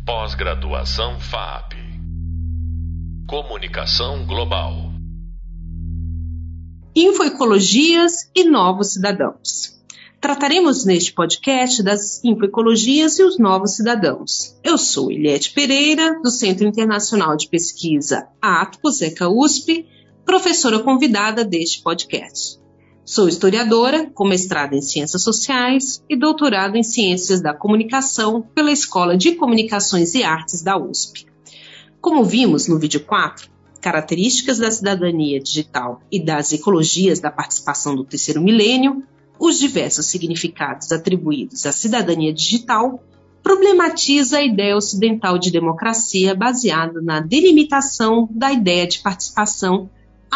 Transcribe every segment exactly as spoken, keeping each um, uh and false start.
Pós-graduação F A A P. Comunicação Global. Infoecologias e novos cidadãos. Trataremos neste podcast das infoecologias e os novos cidadãos. Eu sou Eliette Pereira, do Centro Internacional de Pesquisa Atmos, ECA U S P, professora convidada deste podcast. Sou historiadora, com mestrado em Ciências Sociais e doutorado em Ciências da Comunicação pela Escola de Comunicações e Artes da U S P. Como vimos no vídeo quatro, características da cidadania digital e das ecologias da participação do terceiro milênio, os diversos significados atribuídos à cidadania digital, problematiza a ideia ocidental de democracia baseada na delimitação da ideia de participação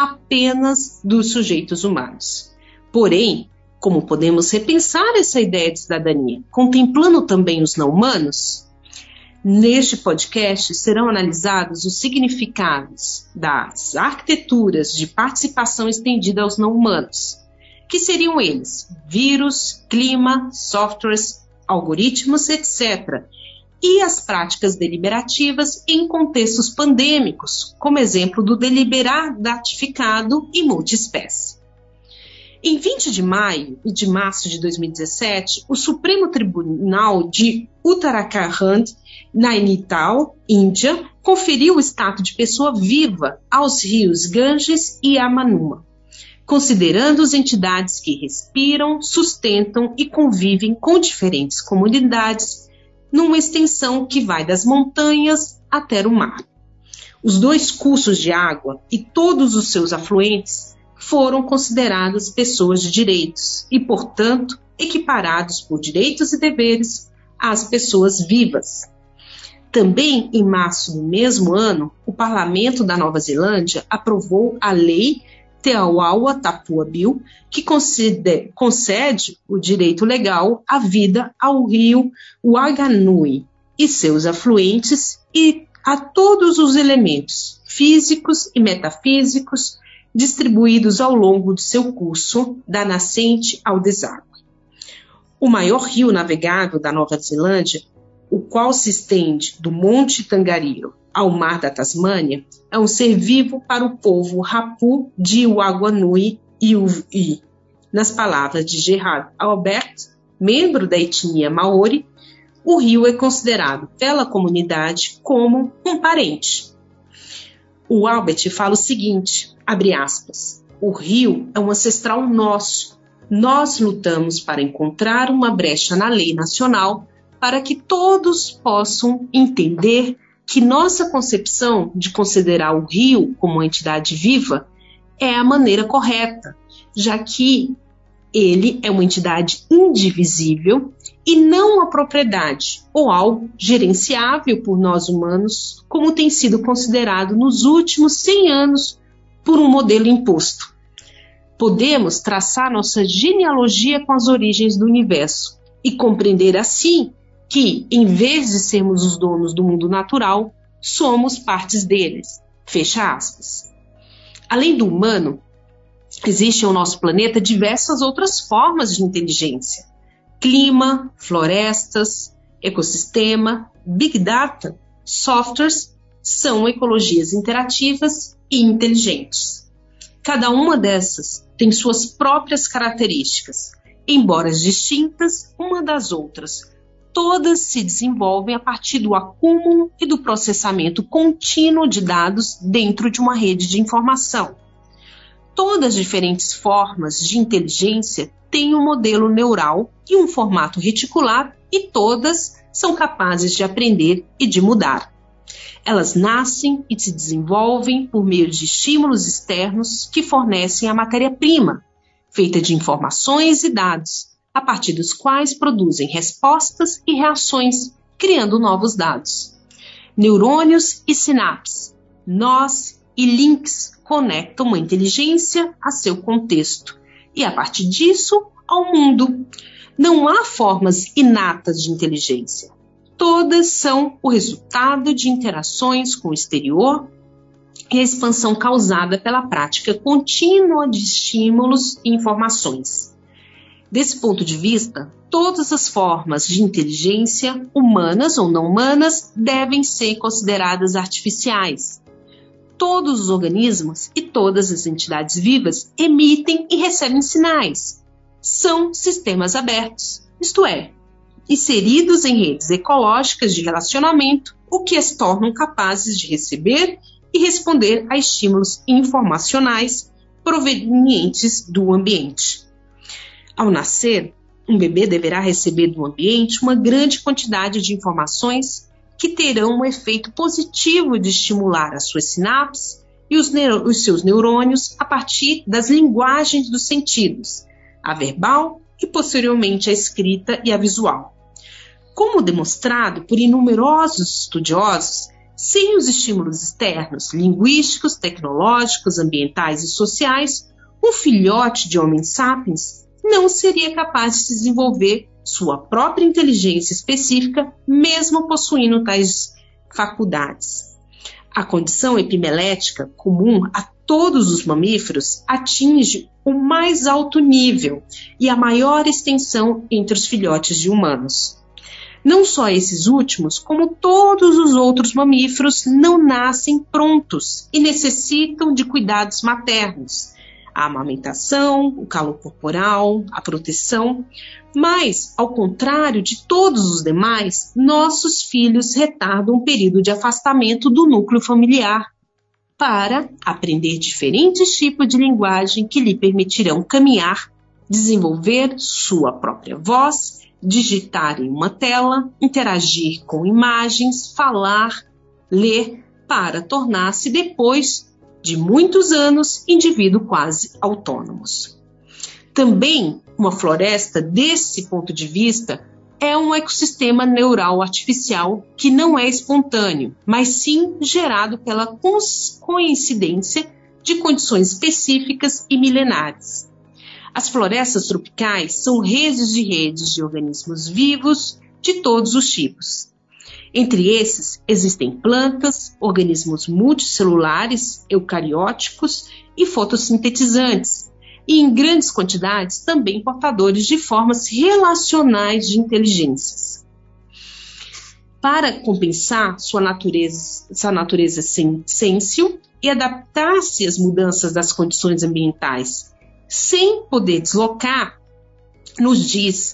apenas dos sujeitos humanos. Porém, como podemos repensar essa ideia de cidadania, contemplando também os não-humanos? Neste podcast serão analisados os significados das arquiteturas de participação estendida aos não-humanos, que seriam eles vírus, clima, softwares, algoritmos, etcétera, e as práticas deliberativas em contextos pandêmicos, como exemplo do deliberar datificado e multiespécie. Em vinte de maio e de março de dois mil e dezessete, o Supremo Tribunal de Uttarakhand, Nainital, Índia, conferiu o status de pessoa viva aos rios Ganges e Amanuma, considerando-os entidades que respiram, sustentam e convivem com diferentes comunidades numa extensão que vai das montanhas até o mar. Os dois cursos de água e todos os seus afluentes foram considerados pessoas de direitos e, portanto, equiparados por direitos e deveres às pessoas vivas. Também, em março do mesmo ano, o Parlamento da Nova Zelândia aprovou a Lei Te Awawa Tapua Bill, que concede, concede o direito legal à vida ao rio Whanganui e seus afluentes e a todos os elementos físicos e metafísicos distribuídos ao longo do seu curso, da nascente ao deságue. O maior rio navegável da Nova Zelândia, o qual se estende do Monte Tongariro ao Mar da Tasmânia, é um ser vivo para o povo Hapu de Whanganui e Uvi. Nas palavras de Gerard Albert, membro da etnia Maori, o rio é considerado pela comunidade como um parente. O Albert fala o seguinte, abre aspas, o rio é um ancestral nosso. Nós lutamos para encontrar uma brecha na lei nacional para que todos possam entender que nossa concepção de considerar o rio como uma entidade viva é a maneira correta, já que ele é uma entidade indivisível e não uma propriedade ou algo gerenciável por nós humanos, como tem sido considerado nos últimos cem anos por um modelo imposto. Podemos traçar nossa genealogia com as origens do universo e compreender assim que, em vez de sermos os donos do mundo natural, somos partes deles. Fecha aspas. Além do humano, existem no nosso planeta diversas outras formas de inteligência. Clima, florestas, ecossistema, big data, softwares são ecologias interativas e inteligentes. Cada uma dessas tem suas próprias características, embora distintas uma das outras. Todas se desenvolvem a partir do acúmulo e do processamento contínuo de dados dentro de uma rede de informação. Todas as diferentes formas de inteligência têm um modelo neural e um formato reticular e todas são capazes de aprender e de mudar. Elas nascem e se desenvolvem por meio de estímulos externos que fornecem a matéria-prima, feita de informações e dados, a partir dos quais produzem respostas e reações, criando novos dados. Neurônios e sinapses, nós e links conectam uma inteligência a seu contexto e, a partir disso, ao mundo. Não há formas inatas de inteligência. Todas são o resultado de interações com o exterior e a expansão causada pela prática contínua de estímulos e informações. Desse ponto de vista, todas as formas de inteligência, humanas ou não humanas, devem ser consideradas artificiais. Todos os organismos e todas as entidades vivas emitem e recebem sinais. São sistemas abertos, isto é, inseridos em redes ecológicas de relacionamento, o que as tornam capazes de receber e responder a estímulos informacionais provenientes do ambiente. Ao nascer, um bebê deverá receber do ambiente uma grande quantidade de informações que terão um efeito positivo de estimular as suas sinapses e os, neuro- os seus neurônios a partir das linguagens dos sentidos, a verbal e posteriormente a escrita e a visual. Como demonstrado por inumerosos estudiosos, sem os estímulos externos, linguísticos, tecnológicos, ambientais e sociais, um filhote de Homo sapiens não seria capaz de desenvolver sua própria inteligência específica, mesmo possuindo tais faculdades. A condição epimelética comum a todos os mamíferos atinge o mais alto nível e a maior extensão entre os filhotes de humanos. Não só esses últimos, como todos os outros mamíferos não nascem prontos e necessitam de cuidados maternos, a amamentação, o calor corporal, a proteção, mas, ao contrário de todos os demais, nossos filhos retardam um período de afastamento do núcleo familiar para aprender diferentes tipos de linguagem que lhe permitirão caminhar, desenvolver sua própria voz, digitar em uma tela, interagir com imagens, falar, ler, para tornar-se depois de muitos anos, indivíduos quase autônomos. Também, uma floresta, desse ponto de vista, é um ecossistema neural artificial que não é espontâneo, mas sim gerado pela coincidência de condições específicas e milenares. As florestas tropicais são redes de redes de organismos vivos de todos os tipos. Entre esses, existem plantas, organismos multicelulares, eucarióticos e fotossintetizantes, e em grandes quantidades também portadores de formas relacionais de inteligências. Para compensar sua natureza, sua natureza sênsil e adaptar-se às mudanças das condições ambientais, sem poder deslocar, nos diz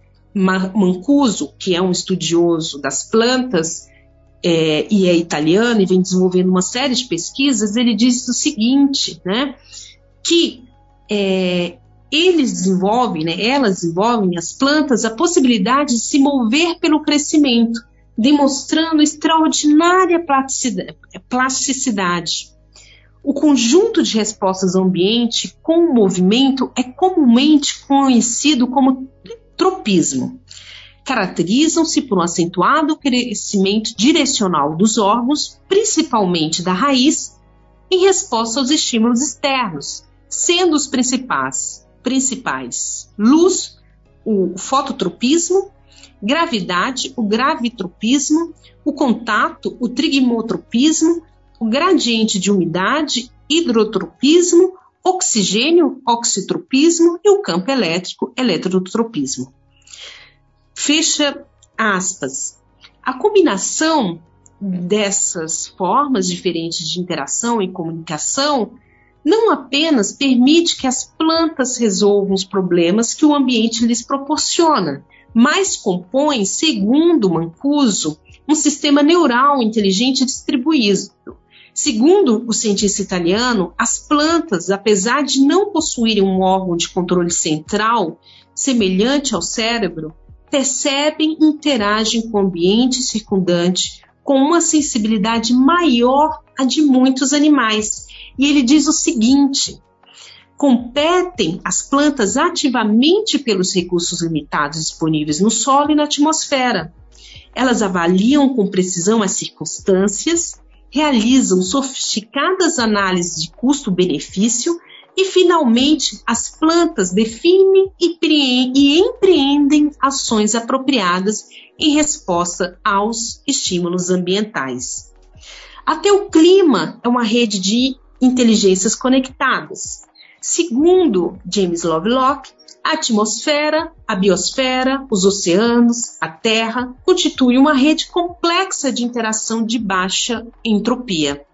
Mancuso, que é um estudioso das plantas é, e é italiano e vem desenvolvendo uma série de pesquisas, ele diz o seguinte, né, que é, eles desenvolvem, né, elas desenvolvem, as plantas, a possibilidade de se mover pelo crescimento, demonstrando extraordinária plasticidade. O conjunto de respostas ao ambiente com o movimento é comumente conhecido como tropismo. Caracterizam-se por um acentuado crescimento direcional dos órgãos, principalmente da raiz, em resposta aos estímulos externos, sendo os principais, principais luz, o fototropismo, gravidade, o gravitropismo, o contato, o trigmotropismo, o gradiente de umidade, hidrotropismo, oxigênio, oxitropismo e o campo elétrico, eletrotropismo. Fecha aspas. A combinação dessas formas diferentes de interação e comunicação não apenas permite que as plantas resolvam os problemas que o ambiente lhes proporciona, mas compõe, segundo Mancuso, um sistema neural inteligente distribuído. Segundo o cientista italiano, as plantas, apesar de não possuírem um órgão de controle central semelhante ao cérebro, percebem e interagem com o ambiente circundante com uma sensibilidade maior à de muitos animais. E ele diz o seguinte: competem as plantas ativamente pelos recursos limitados disponíveis no solo e na atmosfera. Elas avaliam com precisão as circunstâncias, realizam sofisticadas análises de custo-benefício e, finalmente, as plantas definem e empreendem ações apropriadas em resposta aos estímulos ambientais. Até o clima é uma rede de inteligências conectadas. Segundo James Lovelock, A atmosfera, a biosfera, os oceanos, a Terra, constituem uma rede complexa de interação de baixa entropia.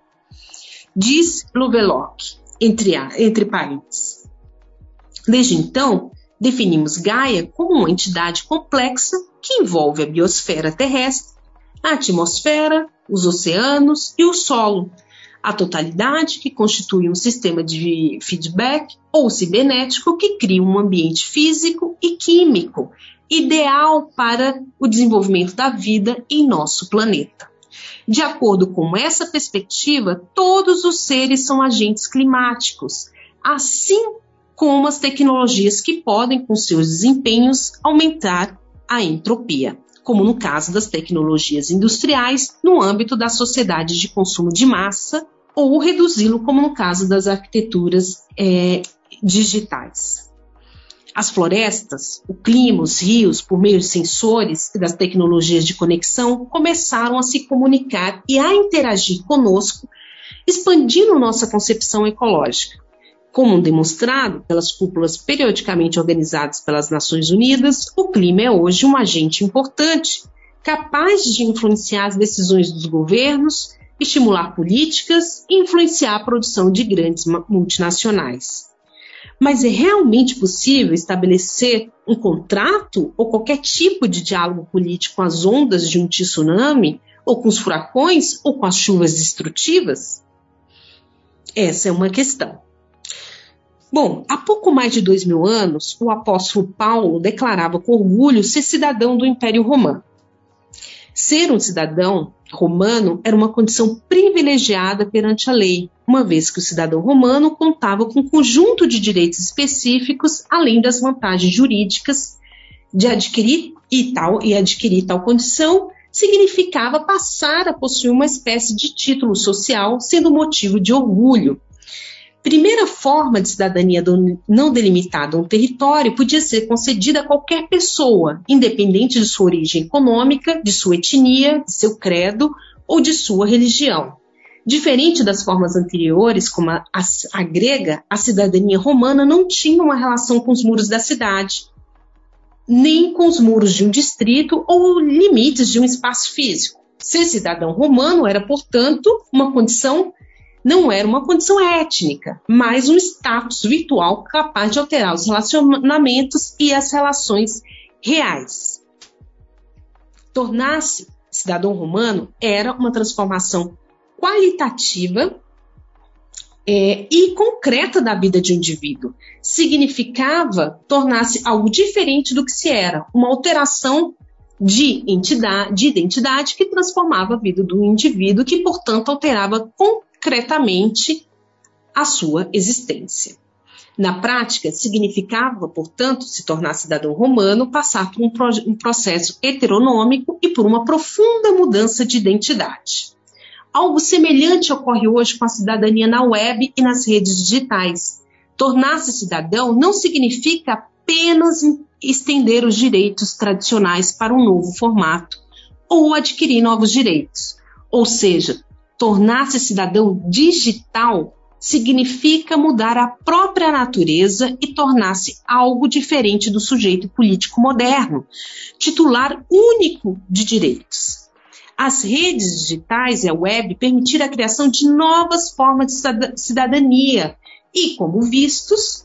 Diz Lovelock, entre, entre parênteses. Desde então, definimos Gaia como uma entidade complexa que envolve a biosfera terrestre, a atmosfera, os oceanos e o solo, a totalidade que constitui um sistema de feedback ou cibernético que cria um ambiente físico e químico ideal para o desenvolvimento da vida em nosso planeta. De acordo com essa perspectiva, todos os seres são agentes climáticos, assim como as tecnologias que podem, com seus desempenhos, aumentar a entropia, como no caso das tecnologias industriais no âmbito da sociedade de consumo de massa, ou reduzi-lo, como no caso das arquiteturas é, digitais. As florestas, o clima, os rios, por meio de sensores e das tecnologias de conexão, começaram a se comunicar e a interagir conosco, expandindo nossa concepção ecológica. Como demonstrado pelas cúpulas periodicamente organizadas pelas Nações Unidas, o clima é hoje um agente importante, capaz de influenciar as decisões dos governos, estimular políticas e influenciar a produção de grandes multinacionais. Mas é realmente possível estabelecer um contrato ou qualquer tipo de diálogo político com as ondas de um tsunami, ou com os furacões, ou com as chuvas destrutivas? Essa é uma questão. Bom, há pouco mais de dois mil anos, o apóstolo Paulo declarava com orgulho ser cidadão do Império Romano. Ser um cidadão romano era uma condição privilegiada perante a lei, uma vez que o cidadão romano contava com um conjunto de direitos específicos, além das vantagens jurídicas de adquirir e tal, e adquirir tal condição significava passar a possuir uma espécie de título social, sendo motivo de orgulho. Primeira forma de cidadania não delimitada a um território podia ser concedida a qualquer pessoa, independente de sua origem econômica, de sua etnia, de seu credo ou de sua religião. Diferente das formas anteriores, como a, a, a grega, a cidadania romana não tinha uma relação com os muros da cidade, nem com os muros de um distrito ou limites de um espaço físico. Ser cidadão romano era, portanto, uma condição Não era uma condição étnica, mas um status virtual capaz de alterar os relacionamentos e as relações reais. Tornar-se cidadão romano era uma transformação qualitativa é, e concreta da vida de um indivíduo. Significava tornar-se algo diferente do que se era, uma alteração de, entidade, de identidade que transformava a vida do indivíduo, que, portanto, alterava concretamente concretamente a sua existência. Na prática, significava, portanto, se tornar cidadão romano, passar por um, pro, um processo heteronômico e por uma profunda mudança de identidade. Algo semelhante ocorre hoje com a cidadania na web e nas redes digitais. Tornar-se cidadão não significa apenas estender os direitos tradicionais para um novo formato ou adquirir novos direitos, ou seja, tornar-se cidadão digital significa mudar a própria natureza e tornar-se algo diferente do sujeito político moderno, titular único de direitos. As redes digitais e a web permitiram a criação de novas formas de cidadania e, como vistos,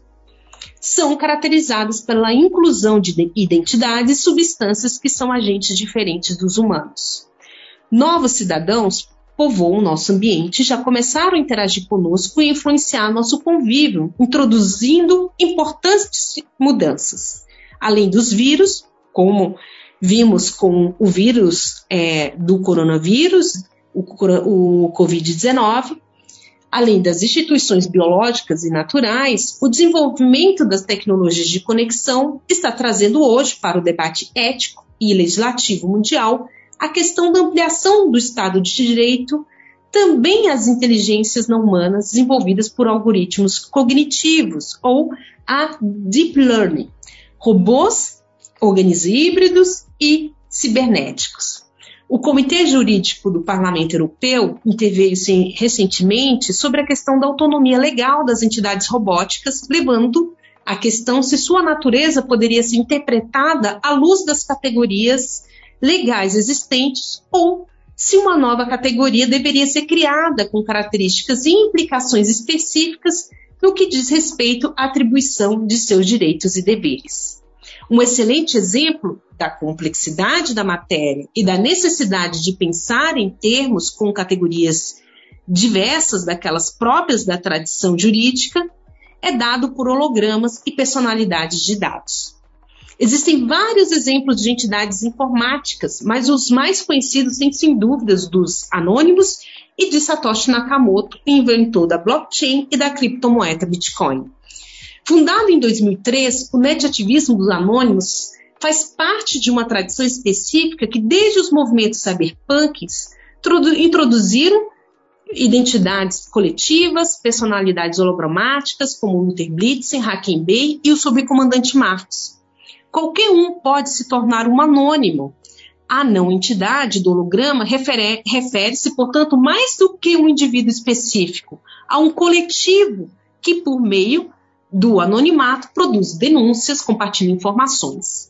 são caracterizadas pela inclusão de identidades e substâncias que são agentes diferentes dos humanos. Novos cidadãos povoam o nosso ambiente e já começaram a interagir conosco e influenciar nosso convívio, introduzindo importantes mudanças. Além dos vírus, como vimos com o vírus é, do coronavírus, o, o covid dezenove, além das instituições biológicas e naturais, o desenvolvimento das tecnologias de conexão está trazendo hoje para o debate ético e legislativo mundial a questão da ampliação do Estado de Direito, também as inteligências não humanas desenvolvidas por algoritmos cognitivos, ou a Deep Learning, robôs, organismos híbridos e cibernéticos. O Comitê Jurídico do Parlamento Europeu interveio recentemente sobre a questão da autonomia legal das entidades robóticas, levando A questão se sua natureza poderia ser interpretada à luz das categorias legais existentes ou se uma nova categoria deveria ser criada com características e implicações específicas no que diz respeito à atribuição de seus direitos e deveres. Um excelente exemplo da complexidade da matéria e da necessidade de pensar em termos com categorias diversas daquelas próprias da tradição jurídica é dado por hologramas e personalidades de dados. Existem vários exemplos de entidades informáticas, mas os mais conhecidos são, sem dúvidas, dos anônimos e de Satoshi Nakamoto, inventor da blockchain e da criptomoeda Bitcoin. Fundado em dois mil e três, o netativismo dos anônimos faz parte de uma tradição específica que, desde os movimentos cyberpunks, introduziram identidades coletivas, personalidades hologramáticas, como Luther Blitzen, Hackenbay e o subcomandante Marcos. Qualquer um pode se tornar um anônimo. A não entidade do holograma refere- refere-se, portanto, mais do que um indivíduo específico, a um coletivo que, por meio do anonimato, produz denúncias, compartilha informações.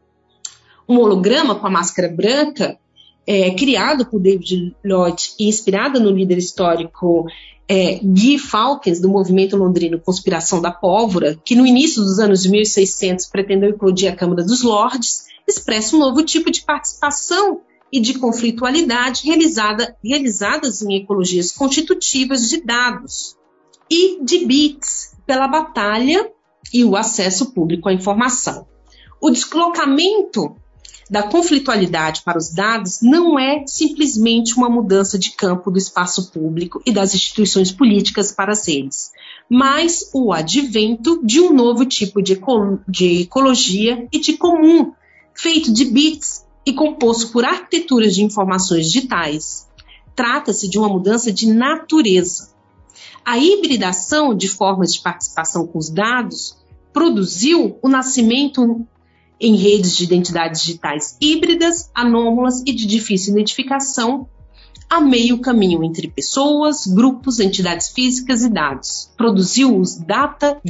Um holograma com a máscara branca, é, criado por David Lloyd e inspirado no líder histórico é, Guy Fawkes, do movimento londrino Conspiração da Pólvora, que no início dos anos de mil e seiscentos pretendeu implodir a Câmara dos Lordes, expressa um novo tipo de participação e de conflitualidade realizada, realizadas em ecologias constitutivas de dados e de bits pela batalha e o acesso público à informação. O deslocamento da conflitualidade para os dados não é simplesmente uma mudança de campo do espaço público e das instituições políticas para as redes, mas o advento de um novo tipo de, eco- de ecologia e de comum, feito de bits e composto por arquiteturas de informações digitais. Trata-se de uma mudança de natureza. A hibridação de formas de participação com os dados produziu o nascimento em redes de identidades digitais híbridas, anômalas e de difícil identificação, a meio caminho entre pessoas, grupos, entidades físicas e dados. Produziu os data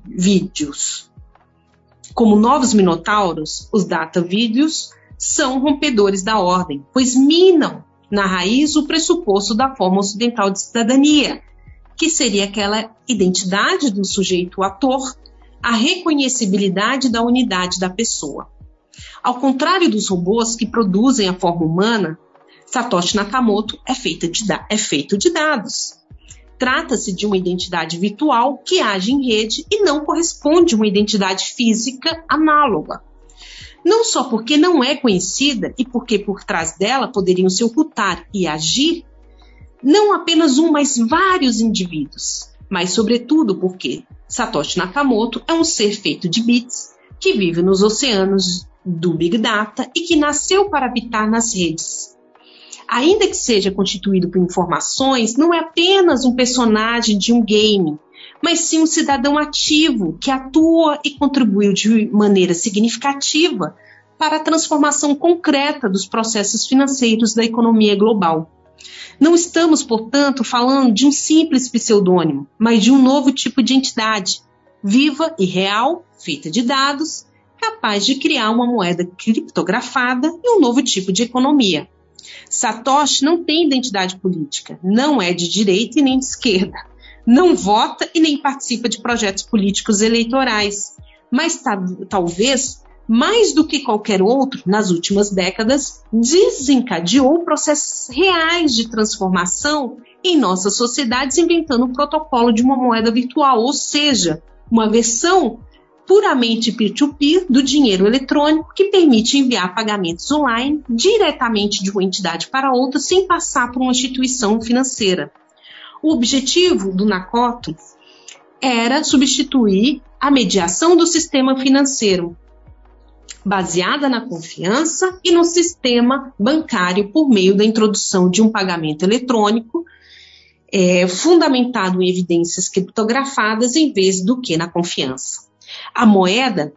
vídeos. Como novos minotauros, os data vídeos são rompedores da ordem, pois minam na raiz o pressuposto da forma ocidental de cidadania, que seria aquela identidade do sujeito ator, a reconhecibilidade da unidade da pessoa. Ao contrário dos robôs que produzem a forma humana, Satoshi Nakamoto é, feita de da- é feito de dados. Trata-se de uma identidade virtual que age em rede e não corresponde a uma identidade física análoga. Não só porque não é conhecida e porque por trás dela poderiam se ocultar e agir não apenas um, mas vários indivíduos, mas sobretudo porque Satoshi Nakamoto é um ser feito de bits que vive nos oceanos do Big Data e que nasceu para habitar nas redes. Ainda que seja constituído por informações, não é apenas um personagem de um game, mas sim um cidadão ativo que atua e contribuiu de maneira significativa para a transformação concreta dos processos financeiros da economia global. Não estamos, portanto, falando de um simples pseudônimo, mas de um novo tipo de entidade, viva e real, feita de dados, capaz de criar uma moeda criptografada e um novo tipo de economia. Satoshi não tem identidade política, não é de direita e nem de esquerda, não vota e nem participa de projetos políticos eleitorais, mas ta- talvez, mais do que qualquer outro, nas últimas décadas, desencadeou processos reais de transformação em nossas sociedades, inventando o protocolo de uma moeda virtual, ou seja, uma versão puramente peer-to-peer do dinheiro eletrônico que permite enviar pagamentos online diretamente de uma entidade para outra sem passar por uma instituição financeira. O objetivo do Nakamoto era substituir a mediação do sistema financeiro, baseada na confiança e no sistema bancário por meio da introdução de um pagamento eletrônico é, fundamentado em evidências criptografadas em vez do que na confiança. A moeda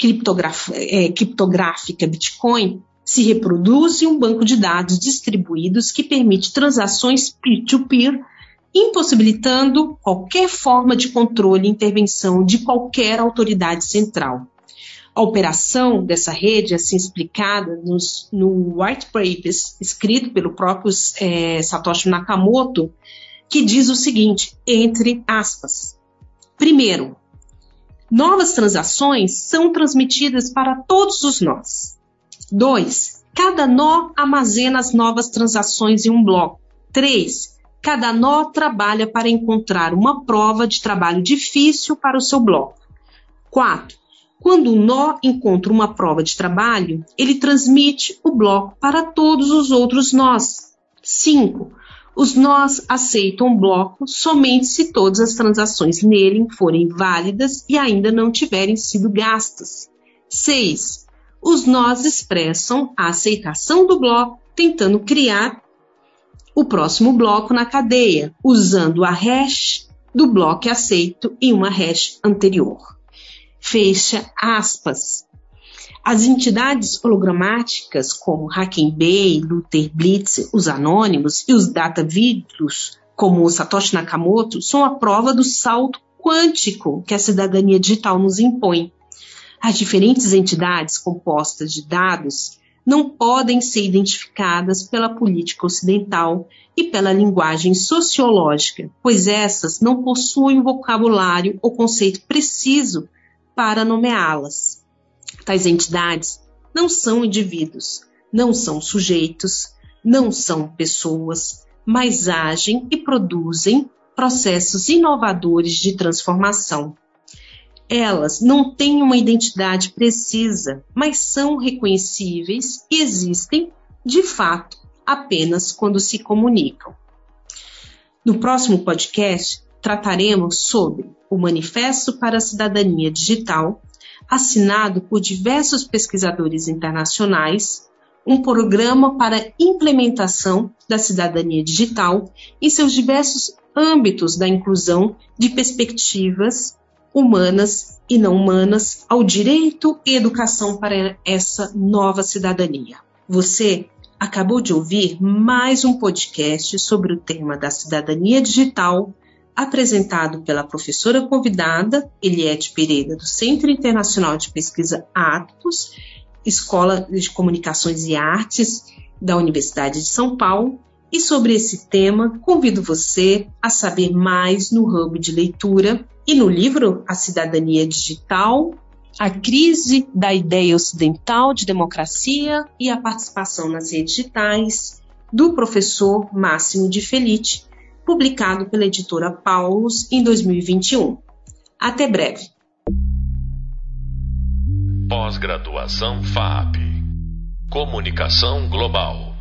é, criptográfica Bitcoin se reproduz em um banco de dados distribuídos que permite transações peer-to-peer impossibilitando qualquer forma de controle e intervenção de qualquer autoridade central. A operação dessa rede, assim explicada nos, no white paper escrito pelo próprio é, Satoshi Nakamoto, que diz o seguinte, entre aspas, primeiro, novas transações são transmitidas para todos os nós. Dois, cada nó armazena as novas transações em um bloco. Três, cada nó trabalha para encontrar uma prova de trabalho difícil para o seu bloco. Quatro, quando um nó encontra uma prova de trabalho, ele transmite o bloco para todos os outros nós. Cinco, os nós aceitam o bloco somente se todas as transações nele forem válidas e ainda não tiverem sido gastas. Seis, os nós expressam a aceitação do bloco, tentando criar o próximo bloco na cadeia, usando a hash do bloco aceito em uma hash anterior. Fecha aspas. As entidades hologramáticas, como Hacking Bay, Luther Blitz, os anônimos e os datavídeos, como o Satoshi Nakamoto, são a prova do salto quântico que a cidadania digital nos impõe. As diferentes entidades compostas de dados não podem ser identificadas pela política ocidental e pela linguagem sociológica, pois essas não possuem vocabulário ou conceito preciso para nomeá-las. Tais entidades não são indivíduos, não são sujeitos, não são pessoas, mas agem e produzem processos inovadores de transformação. Elas não têm uma identidade precisa, mas são reconhecíveis e existem, de fato, apenas quando se comunicam. No próximo podcast, trataremos sobre o Manifesto para a Cidadania Digital, assinado por diversos pesquisadores internacionais, um programa para implementação da cidadania digital em seus diversos âmbitos da inclusão de perspectivas humanas e não humanas ao direito e educação para essa nova cidadania. Você acabou de ouvir mais um podcast sobre o tema da cidadania digital, apresentado pela professora convidada Eliette Pereira, do Centro Internacional de Pesquisa Atos, Escola de Comunicações e Artes da Universidade de São Paulo. E sobre esse tema, convido você a saber mais no Hub de Leitura e no livro A Cidadania Digital, a crise da ideia ocidental de democracia e a participação nas redes digitais, do professor Máximo de Felice, publicado pela editora Paulus em dois mil e vinte e um. Até breve. Pós-graduação F A A P. Comunicação Global.